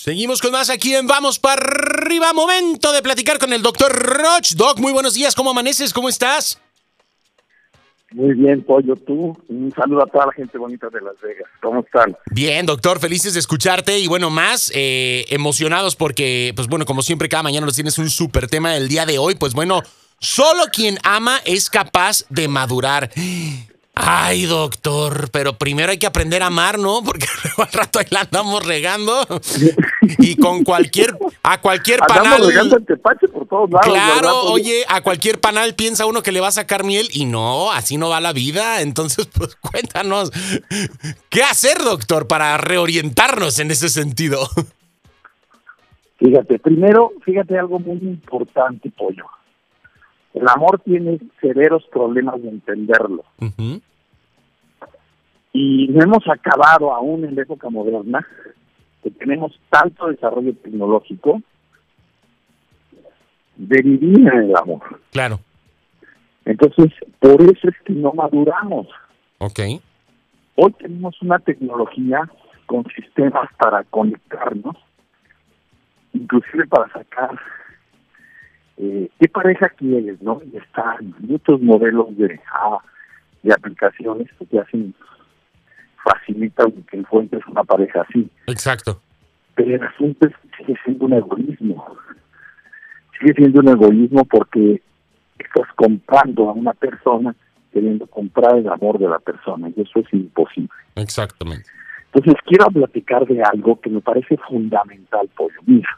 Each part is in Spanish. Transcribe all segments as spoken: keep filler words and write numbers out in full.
Seguimos con más aquí en Vamos para Arriba. Momento de platicar con el doctor Roch. Doc, muy buenos días. ¿Cómo amaneces? ¿Cómo estás? Muy bien, Pollo, tú. Un saludo a toda la gente bonita de Las Vegas. ¿Cómo están? Bien, doctor, felices de escucharte y bueno, más eh, emocionados porque, pues bueno, como siempre, cada mañana nos tienes un súper tema del día de hoy. Pues bueno, solo quien ama es capaz de madurar. Ay, doctor, pero primero hay que aprender a amar, ¿no? Porque luego al rato ahí la andamos regando y con cualquier, a cualquier panal. Andamos regando el tepache por todos lados. Claro, ¿verdad, oye, a cualquier panal piensa uno que le va a sacar miel y no, así no va la vida. Entonces, pues cuéntanos, ¿qué hacer, doctor, para reorientarnos en ese sentido? Fíjate, primero, fíjate algo muy importante, Pollo. El amor tiene severos problemas de entenderlo. Uh-huh. Y no hemos acabado aún en la época moderna, que tenemos tanto desarrollo tecnológico, de vivir en el amor. Claro. Entonces, por eso es que no maduramos. Ok. Hoy tenemos una tecnología con sistemas para conectarnos, inclusive para sacar eh, qué pareja quieres, ¿no? Y están muchos modelos de, ah, de aplicaciones que te hacen, facilitan que encuentres una pareja así. Exacto. Pero el asunto es que sigue siendo un egoísmo. Sigue siendo un egoísmo porque estás comprando a una persona queriendo comprar el amor de la persona, y eso es imposible. Exactamente. Entonces, quiero platicar de algo que me parece fundamental, Pollo. Mira,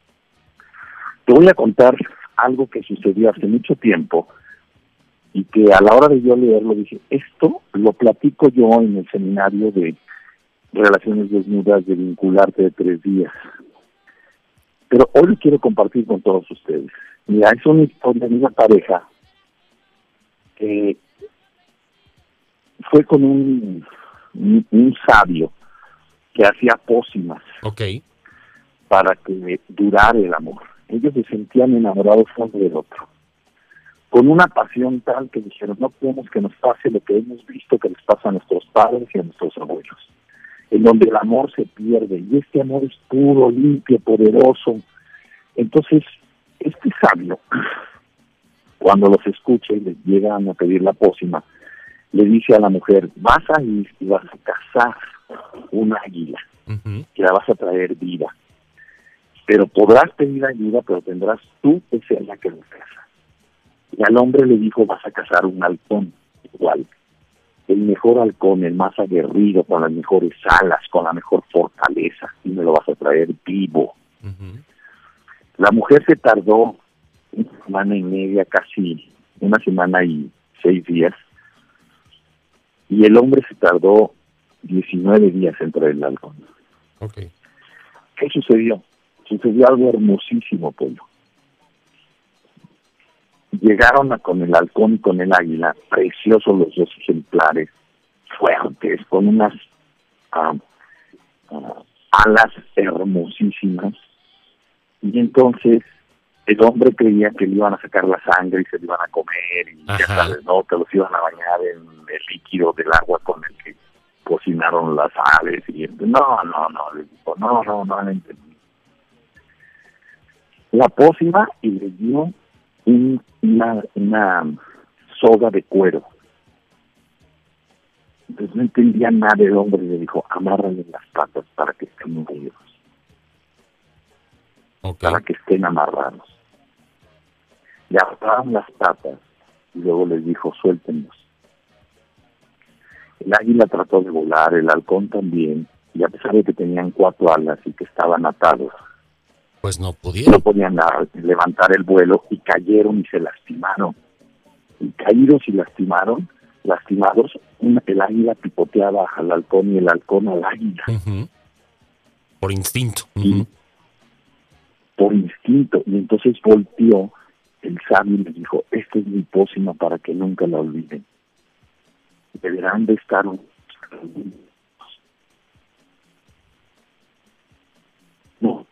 te voy a contar algo que sucedió hace mucho tiempo y que a la hora de yo leerlo dije, esto lo platico yo en el seminario de Relaciones Desnudas de Vincularte de tres días. Pero hoy lo quiero compartir con todos ustedes. Mira, es una historia de una pareja que fue con un, un, un sabio que hacía pócimas okay. para que durara el amor. Ellos se sentían enamorados uno del otro, con una pasión tal que dijeron, no queremos que nos pase lo que hemos visto que les pasa a nuestros padres y a nuestros abuelos, en donde el amor se pierde, y este amor es puro, limpio, poderoso. Entonces, este sabio, cuando los escucha y les llegan a pedir la pócima, le dice a la mujer, vas a ir y vas a cazar un águila, uh-huh. que la vas a traer viva. Pero podrás pedir ayuda, pero tendrás tú que ser la que lo caza. Y al hombre le dijo, vas a cazar un halcón, igual. El mejor halcón, el más aguerrido, con las mejores alas, con la mejor fortaleza, y me lo vas a traer vivo. Uh-huh. La mujer se tardó una semana y media, casi una semana y seis días, y el hombre se tardó diecinueve días en traer el halcón. Okay. ¿Qué sucedió? Sucedió algo hermosísimo, Pollo. Llegaron a, con el halcón y con el águila, preciosos los dos ejemplares, fuertes, con unas uh, uh, alas hermosísimas, y entonces el hombre creía que le iban a sacar la sangre y se le iban a comer, y ya sabes, ¿no? Que los iban a bañar en el líquido del agua con el que cocinaron las aves, y no, no, no, le dijo, no, no, no, no entendí. La pócima, y le dio un, una, una soga de cuero. Entonces no entendía nada el hombre, y le dijo, amárrale las patas para que estén unidos. Okay. Para que estén amarrados. Le amarraron las patas y luego les dijo, suéltenlos. El águila trató de volar, el halcón también, y a pesar de que tenían cuatro alas y que estaban atados, pues no pudieron. No podían a, levantar el vuelo, y cayeron y se lastimaron. Y caídos y lastimaron, lastimados, una, el águila picoteaba al halcón y el halcón al águila. Uh-huh. Por instinto. Uh-huh. Y, por instinto. Y entonces volteó el sabio y le dijo, esta es mi pócima para que nunca la olviden. Deberán de estar un... No.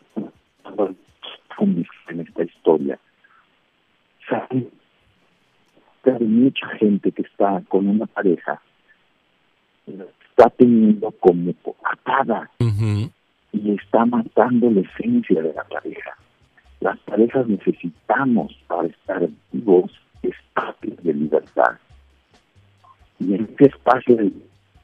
En esta historia, ¿saben? Hay mucha gente que está con una pareja, está teniendo como atada, uh-huh. y le está matando la esencia de la pareja. Las parejas necesitamos, para estar vivos, espacios de libertad. Y en este espacio de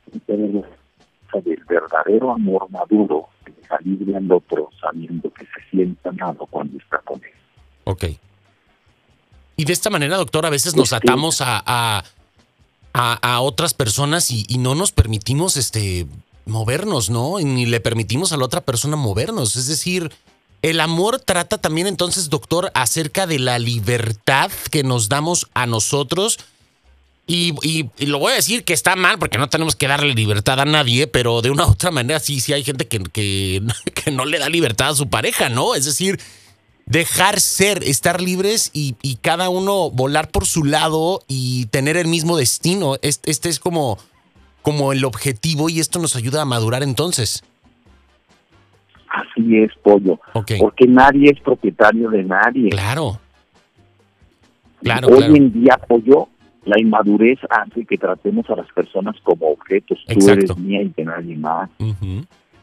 del verdadero amor maduro, que deja libre al otro sabiendo que se siente amado cuando está con él. Ok. Y de esta manera, doctor, a veces nos atamos a, a, a, a otras personas y, y no nos permitimos este, movernos, ¿no? Y ni le permitimos a la otra persona movernos. Es decir, el amor trata también entonces, doctor, acerca de la libertad que nos damos a nosotros. Y, y, y lo voy a decir que está mal porque no tenemos que darle libertad a nadie, pero de una u otra manera sí, sí hay gente que, que, que no le da libertad a su pareja, ¿no? Es decir, dejar ser, estar libres y, y cada uno volar por su lado y tener el mismo destino. Este, este es como, como el objetivo y esto nos ayuda a madurar entonces. Así es, Pollo. Okay. Porque nadie es propietario de nadie. Claro. Claro, Hoy claro. en día, Pollo, la inmadurez hace que tratemos a las personas como objetos. Exacto. Tú eres mía y de nadie más. Uh-huh.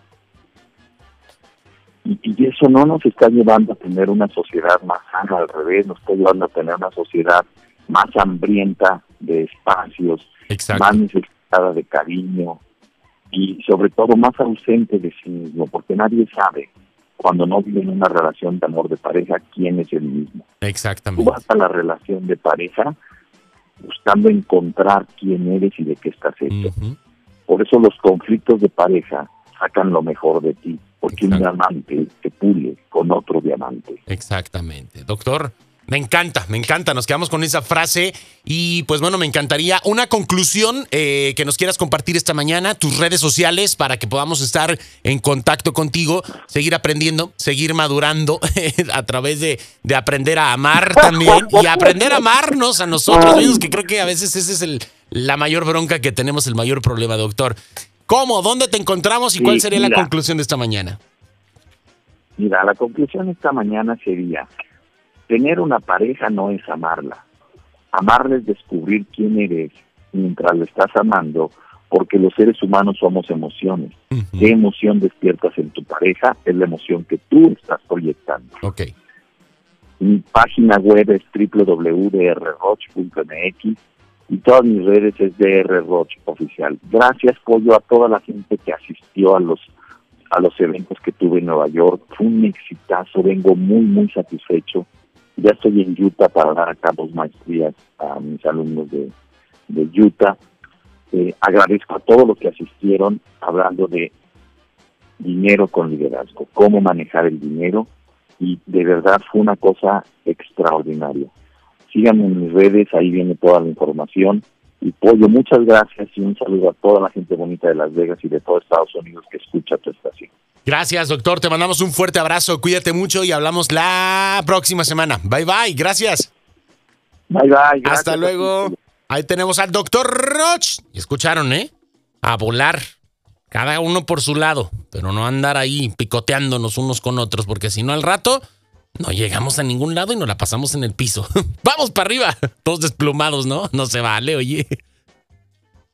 Y, y eso no nos está llevando a tener una sociedad más sana, al revés, nos está llevando a tener una sociedad más hambrienta de espacios, Exacto. más necesitada de cariño y sobre todo más ausente de sí mismo, porque nadie sabe, cuando no vive en una relación de amor de pareja, quién es el mismo. Exactamente. Tú vas a la relación de pareja buscando encontrar quién eres y de qué estás hecho. Uh-huh. Por eso los conflictos de pareja sacan lo mejor de ti, porque Exacto. un diamante te pule con otro diamante. Exactamente. Doctor, me encanta, me encanta, nos quedamos con esa frase y pues bueno, me encantaría una conclusión eh, que nos quieras compartir esta mañana, tus redes sociales para que podamos estar en contacto contigo, seguir aprendiendo, seguir madurando a través de, de aprender a amar también y aprender a amarnos a nosotros mismos, que creo que a veces esa es el, la mayor bronca que tenemos, el mayor problema, doctor. ¿Cómo? ¿Dónde te encontramos y cuál sería sí, la conclusión de esta mañana? Mira, la conclusión esta mañana sería: tener una pareja no es amarla. Amarla es descubrir quién eres mientras la estás amando, porque los seres humanos somos emociones. Uh-huh. ¿Qué emoción despiertas en tu pareja? Es la emoción que tú estás proyectando. Okay. Mi página web es doble u doble u doble u punto d r roch punto m x y todas mis redes es D R Roch Oficial. Gracias, Pollo, a toda la gente que asistió a los a los eventos que tuve en Nueva York. Fue un exitazo, vengo muy, muy satisfecho. Ya estoy en Utah para dar a cabo maestrías a mis alumnos de, de Utah. Eh, agradezco a todos los que asistieron, hablando de dinero con liderazgo, cómo manejar el dinero, y de verdad fue una cosa extraordinaria. Síganme en mis redes, ahí viene toda la información. Y Pollo, muchas gracias y un saludo a toda la gente bonita de Las Vegas y de todo Estados Unidos que escucha tu estación. Gracias, doctor. Te mandamos un fuerte abrazo. Cuídate mucho y hablamos la próxima semana. Bye, bye. Gracias. Bye, bye. Gracias. Hasta luego. Ahí tenemos al doctor Roch. Y escucharon, ¿eh? A volar. Cada uno por su lado. Pero no andar ahí picoteándonos unos con otros, porque si no al rato no llegamos a ningún lado y nos la pasamos en el piso. ¡Vamos para arriba! Todos desplumados, ¿no? No se vale, oye.